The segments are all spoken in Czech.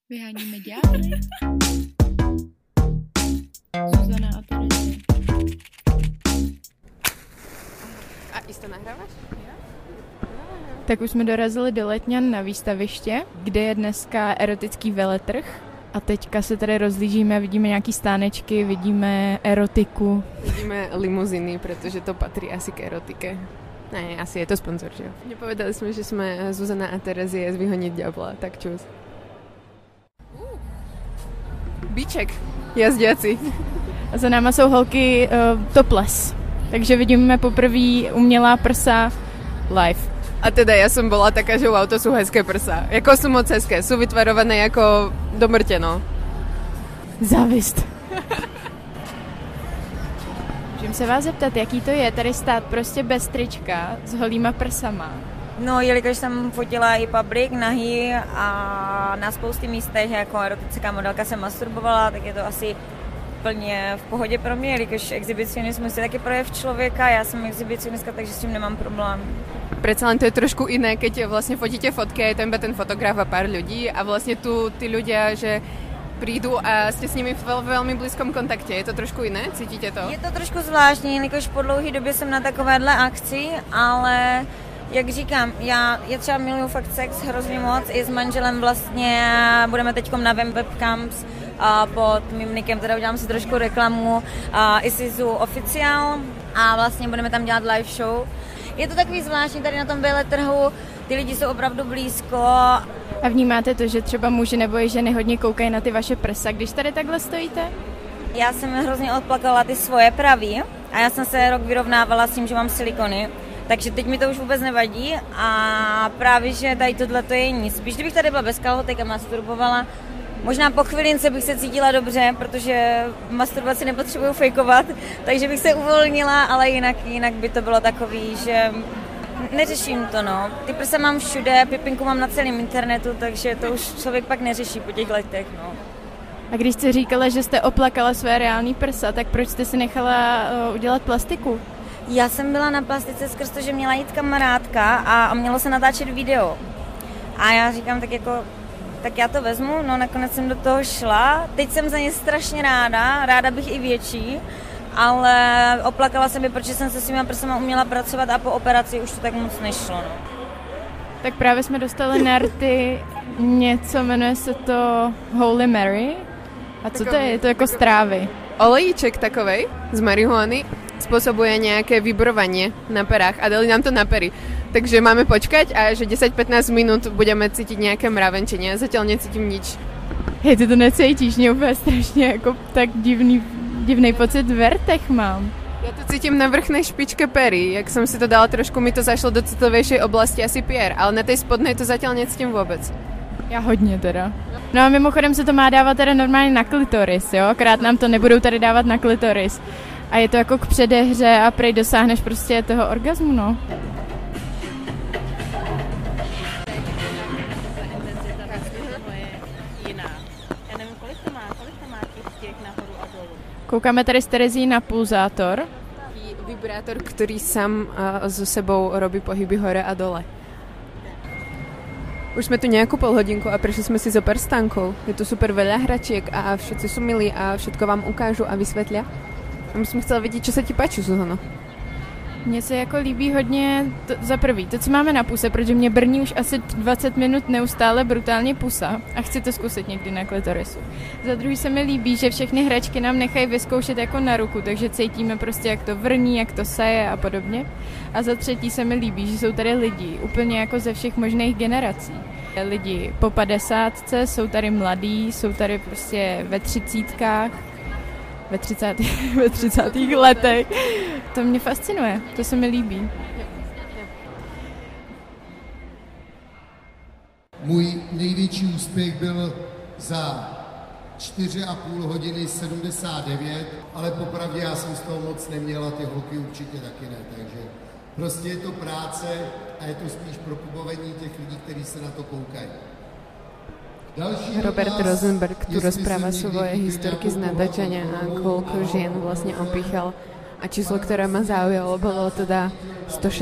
Vyháníme ďábly. Zuzana a Terezie. A isto nahráváš? Tak už jsme dorazili do Letňan na výstaviště, kde je dneska erotický veletrh. A teďka se tady rozlížíme, vidíme nějaký stánečky, vidíme erotiku. Vidíme limuziny, protože to patří asi k erotike. Ne, asi je to sponzor, že jo? Nepovedali jsme, že jsme Zuzana a Terezie z Vyhonit ďábla, tak čus. Bíček, jazděci. A za náma jsou holky topless, takže vidíme poprvé umělá prsa live. A teda ja som bola taká, že wow, to sú hezké prsa. Jako sú moc hezké, sú vytvarované jako do mrtě, no. Závist. Můžeme se vás zeptat, jaký to je tady stát prostě bez trička s holýma prsama? No, jelikož jsem fotila i public, nahý a na spoustě místech jako erotická modelka jsem masturbovala, tak je to asi plně v pohodě pro mě, jelikož exhibicionismus je taky projev člověka, já jsem exhibicionistka, takže s tím nemám problém. Predsa len to je trošku iné, keď vlastne fotíte fotky a je tam ten fotograf a pár ľudí a vlastne tu tí ľudia, že prídu a ste s nimi v veľmi blízkom kontakte. Je to trošku jiné? Cítíte to? Je to trošku zvláštní, jelikož po dlouhé době jsem na takovéhle akci, ale jak říkám, já třeba miluju fakt sex hrozně moc, i s manželem vlastně budeme teďkom na webcams pod mým nikem, teda udělám si trošku reklamu, i Sizu Oficiál a vlastně budeme tam dělat live show. Je to takový zvláštní tady na tom veletrhu, ty lidi jsou opravdu blízko. A vnímáte to, že třeba muži nebo i ženy hodně koukají na ty vaše prsa, když tady takhle stojíte? Já jsem hrozně odplakala ty svoje pravý a já jsem se rok vyrovnávala s tím, že mám silikony, takže teď mi to už vůbec nevadí a právě, že tady tohle to je nic. Spíš kdybych tady byla bez kalhotek a masturbovala, možná po chvilince bych se cítila dobře, protože masturbaci nepotřebuju fejkovat, takže bych se uvolnila, ale jinak by to bylo takový, že neřeším to, no. Ty prsa mám všude, pipinku mám na celém internetu, takže to už člověk pak neřeší po těch letech, no. A když jste říkala, že jste oplakala své reální prsa, tak proč jste si nechala udělat plastiku? Já jsem byla na plastice skrz to, že měla jít kamarádka a mělo se natáčet video. A já říkám, tak já to vezmu, no nakonec jsem do toho šla, teď jsem za ně strašně ráda bych i větší, ale oplakala jsem je, protože jsem se svýma prsama uměla pracovat a po operaci už to tak moc nešlo, no. Tak právě jsme dostali na rty něco, jmenuje se to Holy Mary. A co to je? Je to jako strávy. Olejíček takovej z marihuany spôsobuje nejaké vibrovanie na perách a dali nám to na pery. Takže máme počkať a že 10-15 minút budeme cítiť nejaké mravenčenie. Zatiaľ necítim nič. Hej, ty to necítíš, mě úplně strašně jako tak divný pocit vertech mám. Ja to cítim na vrchnej špičke pery. Jak som si to dala trošku, mi to zašlo do citovejšej oblasti asi pier, ale na tej spodnej to zatiaľ necítim vôbec. Já hodně teda. No a mimochodem se to má dávat teda normálně na klitoris, jo? Akorát nám to nebudou tady dávat na klitoris. A je to jako k předehře a prej dosáhneš prostě toho orgazmu, no. Koukáme tady s Terezí na pulzátor. Vibrátor, ktorý sám so sebou robí pohyby hore a dole. Už sme tu nejakú polhodinku a prišli sme si zo pár stánkov. Je tu super veľa hračiek a všetci sú milí a všetko vám ukážu a vysvetlia. A my jsme chcela vidět, čo se ti páči, Zuzano. Mně se jako líbí hodně, za prvý, to, co máme na puse, protože mě brní už asi 20 minut neustále brutálně pusa a chci to zkusit někdy na klitorisu. Za druhý se mi líbí, že všechny hračky nám nechají vyzkoušet jako na ruku, takže cítíme prostě, jak to vrní, jak to saje a podobně. A za třetí se mi líbí, že jsou tady lidi úplně jako ze všech možných generací. Lidi po 50, jsou tady mladí, jsou tady prostě ve 30kách, ve 30. letech. To mě fascinuje, to se mi líbí. Můj největší úspěch byl za 4,5 hodiny 79, ale popravdě já jsem z toho moc neměl a ty holky určitě taky ne, takže prostě je to práce a je to spíš pro pobavení těch lidí, kteří se na to koukají. Robert Rosenberg tu rozpráva svoje historky z natáčania a koľko žien vlastne opíchal a číslo, ktoré ma zaujalo, bolo teda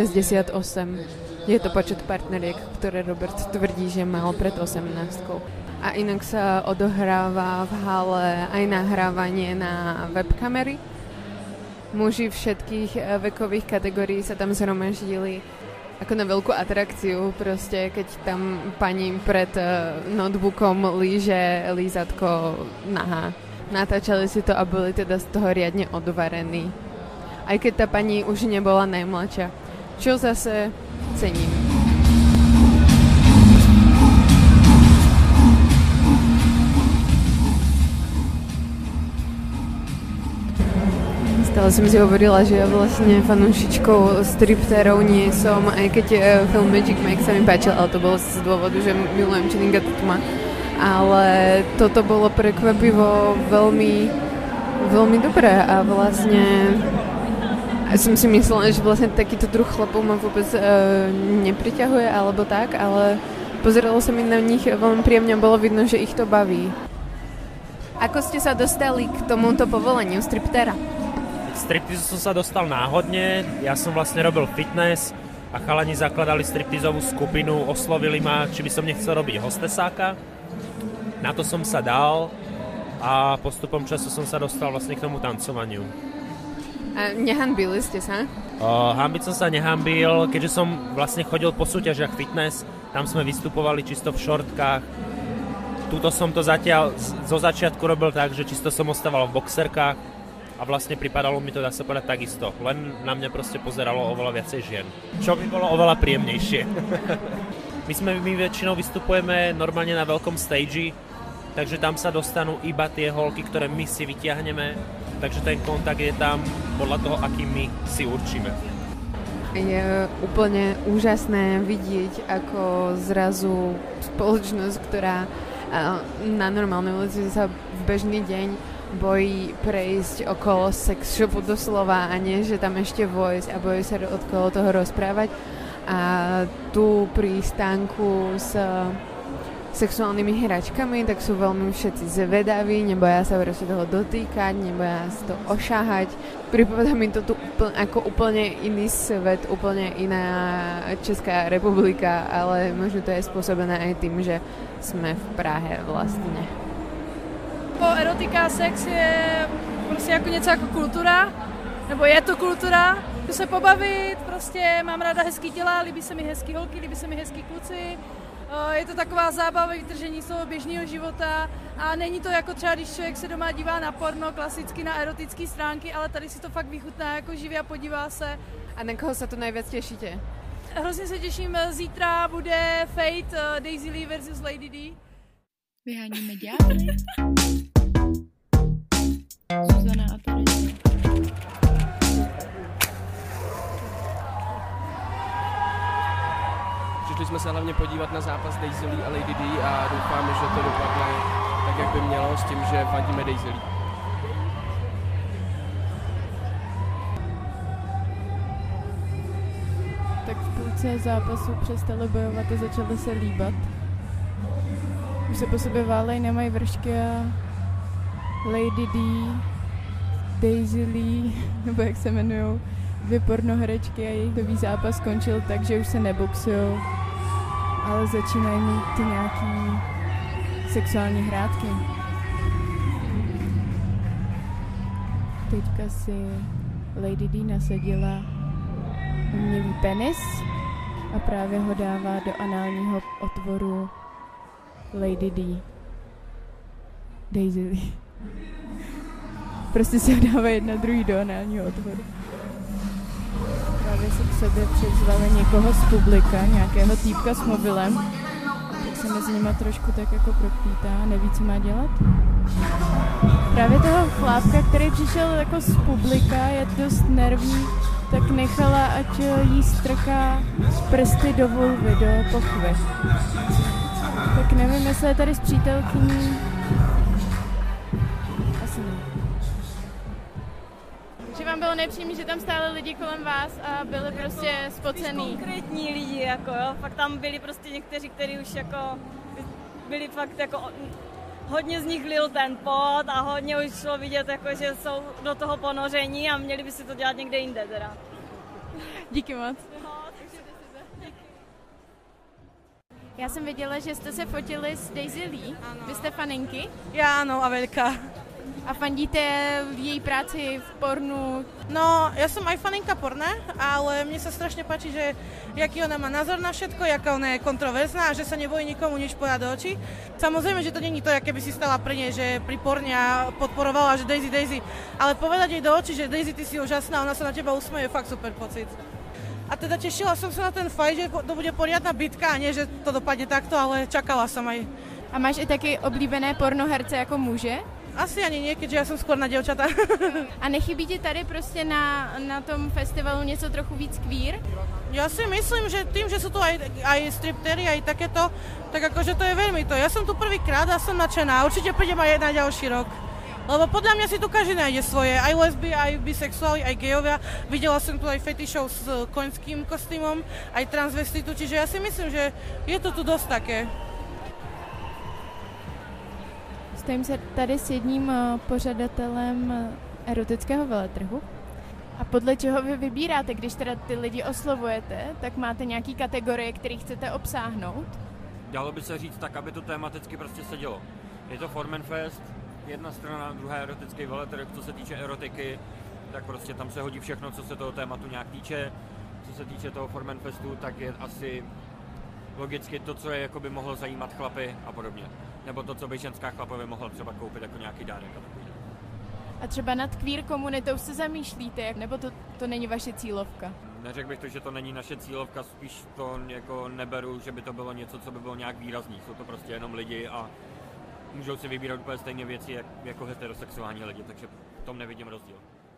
168. Je to počet partneriek, ktoré Robert tvrdí, že mal pred 18. a inak sa odohráva v hale aj nahrávanie na webkamery. Muži všetkých vekových kategórií sa tam zhromaždili ako na veľkú atrakciu, proste keď tam pani pred notebookom líže lízatko nahá. Natáčali si to a boli teda z toho riadne odvarení. Aj keď tá pani už nebola najmladšia, čo zase cením. Stále som si hovorila, že ja vlastne fanúšičkou striptérov nie som, aj keď film Magic Mike sa mi páčil, ale to bolo z dôvodu, že milujem Channinga Tatuma. Ale toto bolo prekvapivo veľmi, veľmi dobré a vlastne som si myslela, že vlastne takýto druh chlapov ma vôbec nepriťahuje alebo tak, ale pozeralo sa mi na nich veľmi príjemne, bolo vidno, že ich to baví. Ako ste sa dostali k tomuto povoleniu striptéra? Striptizu som sa dostal náhodne, ja som vlastne robil fitness a chalani zakladali striptizovú skupinu, oslovili ma, či by som nechcel robiť hostesáka. Na to som sa dal a postupom času som sa dostal vlastne k tomu tancovaniu. A nehanbili ste sa? Hanbiť som sa nehanbil, keďže som vlastne chodil po súťažiach fitness, tam sme vystupovali čisto v šortkách. Tuto som to zatiaľ zo začiatku robil tak, že čisto som ostával v boxerkách a vlastne pripadalo mi to, dá sa povedať, takisto. Len na mňa proste pozeralo oveľa viacej žien. Čo by bolo oveľa príjemnejšie. My väčšinou vystupujeme normálne na veľkom stage, takže tam sa dostanú iba tie holky, ktoré my si vyťahneme. Takže ten kontakt je tam podľa toho, aký my si určíme. Je úplne úžasné vidieť, ako zrazu spoločnosť, ktorá na normálnej ulici sa v bežný deň bojí prejsť okolo sex shopu doslova a nie, že tam ešte vojsť a bojí sa okolo toho rozprávať. A tu pri stánku s sexuálnymi hračkami, tak sú veľmi všetci zvedaví, neboja sa proste toho dotýkať, neboja sa to ošahať. Pripadá mi to tu ako úplne iný svet, úplne iná Česká republika, ale možno to je spôsobené aj tým, že sme v Prahe vlastne. Erotika, sex je prostě jako něco jako kultura, nebo je to kultura. Chci se pobavit, prostě mám ráda hezký těla, líbí se mi hezký holky, líbí se mi hezký kluci. Je to taková zábava, vytržení z toho běžného života a není to jako třeba, když člověk se doma dívá na porno, klasicky na erotické stránky, ale tady si to fakt vychutná jako živě a podívá se. A na koho se to nejvíc těšíte? Hrozně se těším, zítra bude Fate, Daisy Lee versus Lady D. Vyháníme ďábly. Zuzana a Tereza. Přišli jsme se hlavně podívat na zápas Daisy Lee a Lady D a doufáme, že to dopadne tak, jak by mělo, s tím, že fandíme Daisy Lee. Tak v půlce zápasu přestali bojovat a začali se líbat. Už se po sobě válejí, nemají vršky a Lady D, Daisy Lee, nebo jak se jmenujou, dvě pornoherečky a jejich zápas skončil tak, že už se neboxujou, ale začínají mít ty nějaký sexuální hrátky. Teďka si Lady D nasadila umělý penis a právě ho dává do análního otvoru Lady D. Daisy Lee. Prostě se ho dává jedna druhý do análního otvoru. Právě se k sobě přizvali někoho z publika, nějakého týpka s mobilem. Tak se mezi nima trošku tak jako propítá, neví, co má dělat. Právě toho chlápka, který přišel jako z publika, je dost nervní, tak nechala, ať jí strká prsty do vulvy, do pochvy. Tak nevím, jestli je tady s přítelkyní. Asi ne. Že vám bylo nepříjemné, že tam stáli lidi kolem vás a byli prostě spocený. Konkrétní lidi, jako jo. Fakt tam byli prostě někteří, kteří už jako byli fakt jako hodně z nich lil ten pot a hodně už šlo vidět, jako, že jsou do toho ponoření a měli by si to dělat někde jinde teda. Díky moc. Já jsem viděla, že jste se fotili s Daisy Lee. Ano. Vy jste faninky? Já ano, a veľká. A fandíte její práci v pornu? No, ja som aj faninka porna, ale mne sa strašne páči, že jaký ona má názor na všetko, jaká ona je kontroverzná a že sa nebojí nikomu nič povedať do očí. Samozrejme, že to není to, aké by si stala pri nej, že pri porne a podporovala, že Daisy, ale povedať jej do očí, že Daisy, ty si úžasná, ona sa na teba usmeje, fakt super pocit. A teda tešila som sa na ten fight, že to bude poriadna bitka, a nie, že to dopadne takto, ale čakala som aj. A máš i taky oblíbené pornoherce jako muže? Asi ani nie, keďže ja som skôr na dievčatá. A nechybí ti tady prostě na tom festivalu něco trochu víc queer? Ja si myslím, že tým, že sú tu aj striptery, aj takéto, tak akože to je veľmi to. Ja som tu prvýkrát a som nadšená. Určite prídem aj na ďalší rok. Lebo podľa mňa si tu každý nájde svoje. Aj lesby, aj bisexuáli, aj gejovia. Videla som tu aj fetišov s koňským kostýmom, aj transvestitu, čiže ja si myslím, že je to tu dosť také. Stojím se tady s jedním pořadatelem erotického veletrhu. A podle čeho vy vybíráte, když teda ty lidi oslovujete, tak máte nějaký kategorie, které chcete obsáhnout? Dalo by se říct tak, aby to tematicky prostě sedělo. Je to Formenfest, jedna strana, druhá erotický veletrh, co se týče erotiky, tak prostě tam se hodí všechno, co se toho tématu nějak týče. Co se týče toho Formenfestu, tak je asi logicky to, co je jako by mohlo zajímat chlapy a podobně. Nebo to, co by ženská chlapovi mohla třeba koupit jako nějaký dárek. A třeba nad queer komunitou se zamýšlíte, nebo to není vaše cílovka? Neřekl bych to, že to není naše cílovka, spíš to jako neberu, že by to bylo něco, co by bylo nějak výrazný. Jsou to prostě jenom lidi a můžou si vybírat úplně stejně věci jako heterosexuální lidi, takže v tom nevidím rozdíl.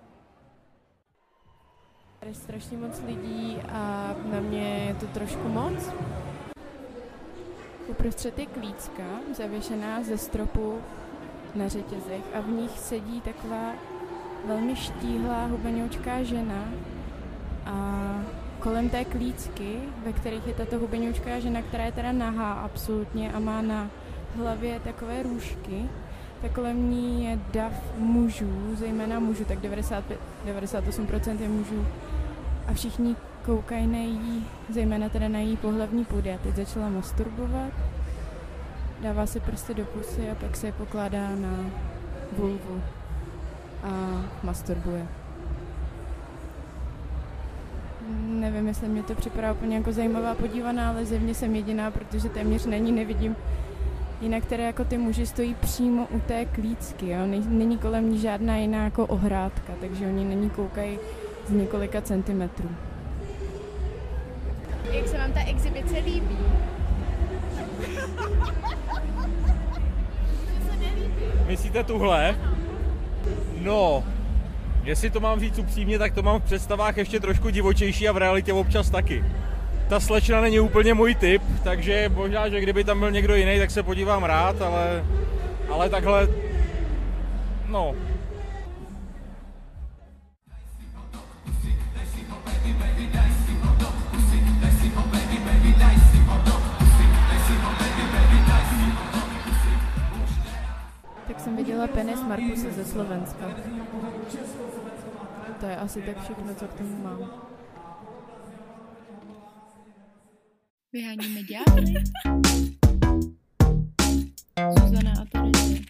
Je strašně moc lidí a na mě je to trošku moc. Uprostřed je klícka, zavěšená ze stropu na řetězech a v nich sedí taková velmi štíhlá hubeňoučká žena a kolem té klícky, ve kterých je tato hubeňoučká žena, která je teda nahá absolutně a má na hlavě takové růžky, tak kolem ní je dav mužů, zejména mužů, tak 98% je mužů a všichni koukají na jí, zejména teda na její pohlavní půdy a teď začala masturbovat, dává si prsty do pusy a pak se je pokládá na vulvu a masturbuje. Nevím, jestli mě to připadá úplně jako zajímavá podívaná, ale zjevně jsem jediná, protože téměř na ní nevidím. Jinak teda jako ty muži stojí přímo u té klícky, jo? Není kolem ní žádná jiná jako ohrádka, takže oni na ní koukají z několika centimetrů. Jak se vám ta exibice líbí? Myslíte tuhle? No, jestli to mám říct upřímně, tak to mám v představách ještě trošku divočejší a v realitě občas taky. Ta slečna není úplně můj typ, takže možná, že kdyby tam byl někdo jiný, tak se podívám rád, ale takhle, no. Tak jsem viděla penis Markuse ze Slovenska. To je asi tak všechno, co k tomu mám. Vyháníme ďábly. Zuzana a Terezie.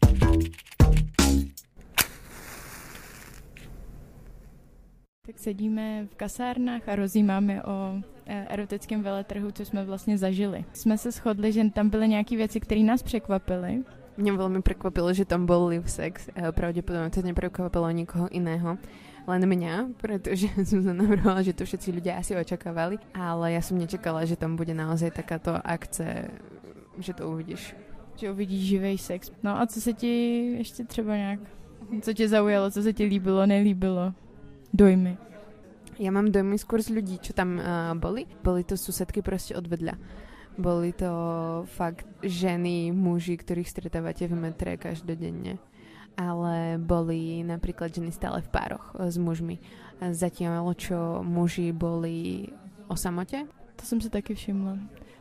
Tak sedíme v kasárnách a rozjímáme o erotickém veletrhu, co jsme vlastně zažili. Jsme se shodli, že tam byly nějaké věci, které nás překvapily. Mňa veľmi prekvapilo, že tam bol live sex. Pravdepodobne to neprekvapilo nikoho iného, len mňa, pretože Zuzana navrhovala, že to všetci ľudia asi očakávali, ale ja som nečakala, že tam bude naozaj takáto akce, že to uvidíš. Že uvidíš živej sex. No a co se ti ještě třeba nějak, co tě zaujalo, co se ti líbilo, nelíbilo? Dojmy. Ja mám dojmy skôr z ľudí, čo tam boli. Boli to susedky proste od vedľa. Boli to fakt ženy, muži, ktorých stretávate v metre každodenne. Ale boli napríklad ženy stále v pároch s mužmi. Zatiaľ, čo muži boli o samote. To jsem si taky všimla.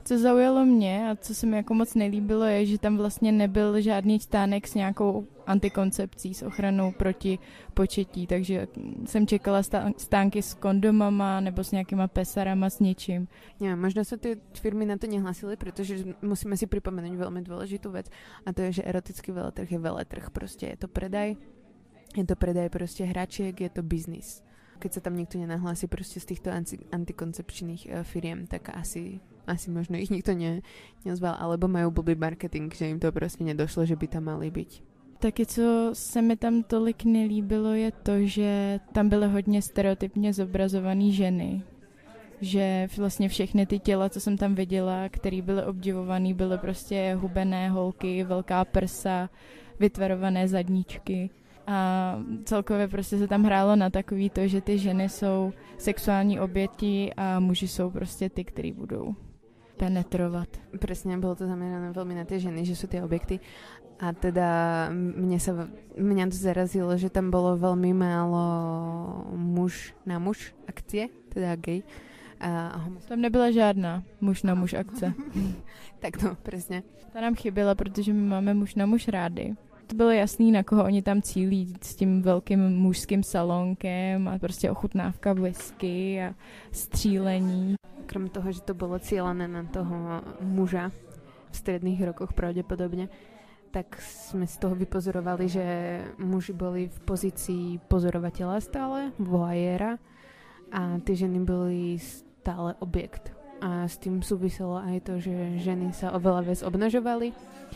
Co zaujalo mě a co se mi jako moc nelíbilo je, že tam vlastně nebyl žádný čtánek s nějakou antikoncepcí, s ochranou proti početí, takže jsem čekala stánky s kondomama nebo s nějakýma pesarama, s něčím. Ja, možno sa tie firmy na to nehlásili, pretože musíme si pripomenúť veľmi dôležitú vec a to je, že erotický veletrh je veletrh, proste je to predaj. Je to predaj proste hračiek, je to biznis. Keď sa tam nikto nenahlási proste z týchto antikoncepčných firiem, tak asi možno ich nikto neozval, alebo majú blbý marketing, že im to proste nedošlo, že by tam mali byť. Taky, co se mi tam tolik nelíbilo, je to, že tam byly hodně stereotypně zobrazované ženy. Že vlastně všechny ty těla, co jsem tam viděla, které byly obdivované, byly prostě hubené holky, velká prsa, vytvarované zadničky. A celkově prostě se tam hrálo na takový to, že ty ženy jsou sexuální oběti a muži jsou prostě ty, kteří budou penetrovat. Presne, bolo to zamerané veľmi na tie ženy, že sú tie objekty. A teda mňa to zarazilo, že tam bolo veľmi málo muž na muž akcie, teda gay. Tam nebyla žádná muž na muž akce. Tak no, presne. Ta nám chyběla, protože my máme muž na muž rády. To bylo jasný, na koho oni tam cílí s tím velkým mužským salonkem a prostě ochutnávka whisky a střílení. Krom toho, že to bolo cieľané na toho muža v stredných rokoch pravdepodobne, tak sme z toho vypozorovali, že muži boli v pozícii pozorovateľa stále, voajéra a tie ženy boli stále objekt. A s tým súviselo aj to, že ženy sa oveľa viac obnažovali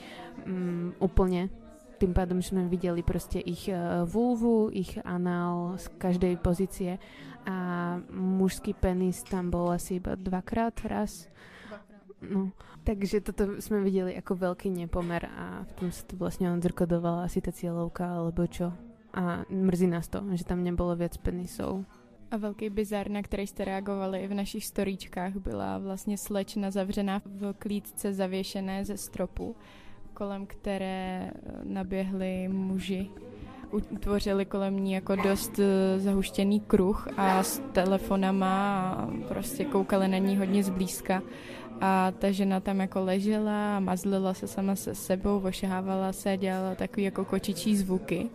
úplne. Tým pádom sme videli proste ich vulvu, ich anál z každej pozície a mužský penis tam bol asi iba raz. No, takže toto sme videli ako veľký nepomer a v tom sa to vlastne odzrkodovala asi tá cieľovka alebo čo. A mrzí nás to, že tam nebolo viac penisov. A velký bizar, na který jste reagovali i v našich storíčkách, byla vlastně slečna zavřená v klídce zavěšené ze stropu, kolem které naběhli muži. Utvořili kolem ní jako dost zahuštěný kruh a s telefonama a prostě koukali na ní hodně zblízka. A ta žena tam jako ležela a mazlila se sama se sebou, ošahávala se, dělala takový jako kočičí zvuky.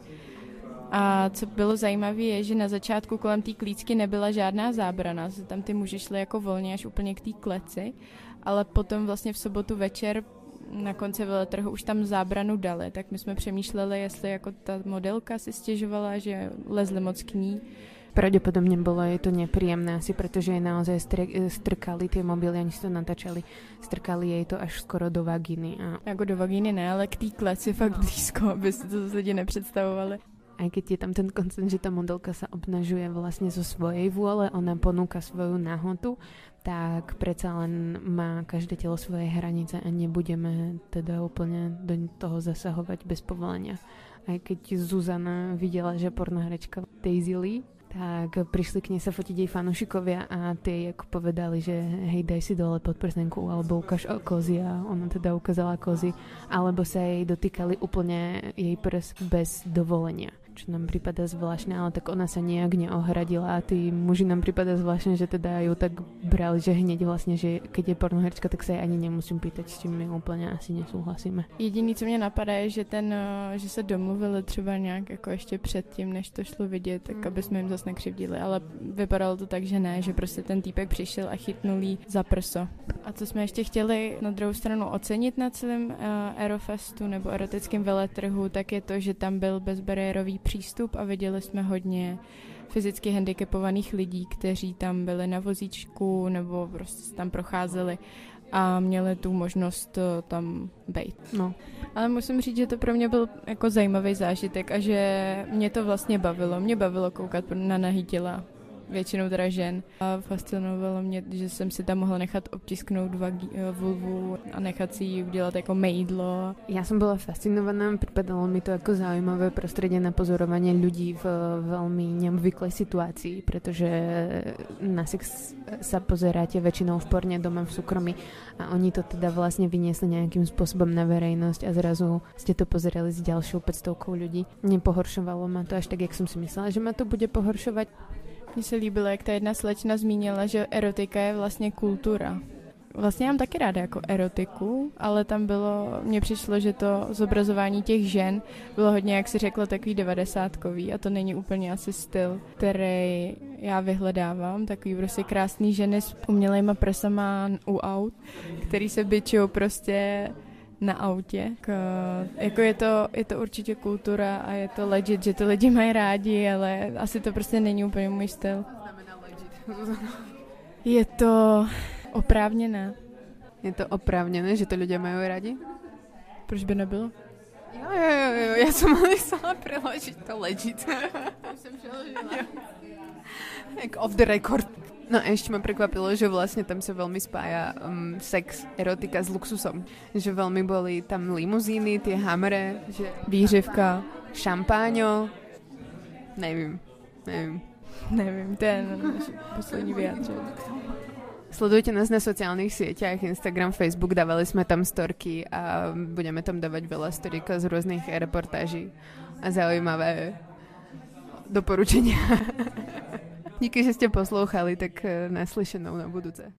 A co bylo zajímavé je, že na začátku kolem té klícky nebyla žádná zábrana, tam ty muži šli jako volně až úplně k té kleci, ale potom vlastně v sobotu večer na konci veletrhu už tam zábranu dali, tak my jsme přemýšleli, jestli jako ta modelka si stěžovala, že lezli moc k ní. Pravdepodobne bolo jej to nepríjemné asi, pretože jej naozaj strkali tie mobily, ani si to natáčali, strkali jej to až skoro do vagíny. Jako do vagíny ne, ale k té kleci fakt blízko, aby si to lidi nepředstavovali. Aj keď je tam ten koncept, že tá modelka sa obnažuje vlastne zo svojej vôle, ona ponúka svoju nahotu, tak predsa len má každé telo svoje hranice a nebudeme teda úplne do toho zasahovať bez povolenia. Aj keď Zuzana videla, že pornoherečka Daisy Lee, tak prišli k nej sa fotiť jej fanúšikovia a tie ako povedali, že hej, daj si dole podprsenku alebo ukáž kozy a ona teda ukázala kozy, alebo sa jej dotýkali úplne jej prs bez dovolenia, čo nám prípada zvláštne, ale tak ona sa nejak neohradila a tí muži nám prípada zvláštne, že teda ju tak brali, že hneď vlastne, že keď je pornoherečka, tak sa jej ani nemusím pýtať, s čím my úplne asi nesúhlasíme. Jediný, co mě napadá, je, že se domluvili třeba nějak jako ještě předtím, než to šlo vidět, tak aby jsme jim zase nekřivdili, ale vypadalo to tak, že ne, že prostě ten týpek přišel a chytnul jí za prso. A co jsme ještě chtěli na druhou stranu ocenit na celém Aerofestu nebo erotickém veletrhu, tak je to, že tam byl bezbariérový přístup a viděli jsme hodně fyzicky handicapovaných lidí, kteří tam byli na vozíčku nebo prostě tam procházeli a měli tu možnost tam bejt. No. Ale musím říct, že to pro mě byl jako zajímavý zážitek a že mě to vlastně bavilo. Mě bavilo koukat na nahý těla, většinou teda žen. A fascinovalo mě, že jsem si tam mohla nechat obtisknout vulvu a nechat si ji udělat jako mejdlo. Ja som bola fascinovaná, pripadalo mi to ako zaujímavé prostredie na pozorovanie ľudí v veľmi neobvyklej situácii, pretože na sex sa pozeráte väčšinou v porne doma v súkromí a oni to teda vlastne vyniesli nejakým spôsobom na verejnosť a zrazu ste to pozerali s ďalšou 500 ľudí. Nepohoršovalo ma to až tak, jak som si myslela, že ma to bude pohoršovať. Mně se líbilo, jak ta jedna slečna zmínila, že erotika je vlastně kultura. Vlastně mám taky ráda jako erotiku, ale tam bylo, mně přišlo, že to zobrazování těch žen bylo hodně, jak si řekla, takový 90kový a to není úplně asi styl, který já vyhledávám. Takový prostě krásný ženy s umělejma prsama u aut, který se bičujou prostě na autě. Jako je to určitě kultura a je to legit, že to lidi mají rádi, ale asi to prostě není úplně můj styl. Je to oprávněné. Je to oprávněné, že to ľudia majú radi? Proč by nebylo? Jo, ja som myslela preložiť to legit. Jsem přeložila. Jak off the record. No a ešte ma prekvapilo, že vlastne tam sa veľmi spája sex, erotika s luxusom. Že veľmi boli tam limuzíny, tie hamre, že výřivka, šampáňo. Nevím, to je naše poslední vyjádření. Sledujte nás na sociálnych sieťach, Instagram, Facebook, dávali sme tam storky a budeme tam dávať veľa storík z rôznych reportáží a zaujímavé doporučenia. Díky, že ste poslouchali, tak naslyšenou na budúce.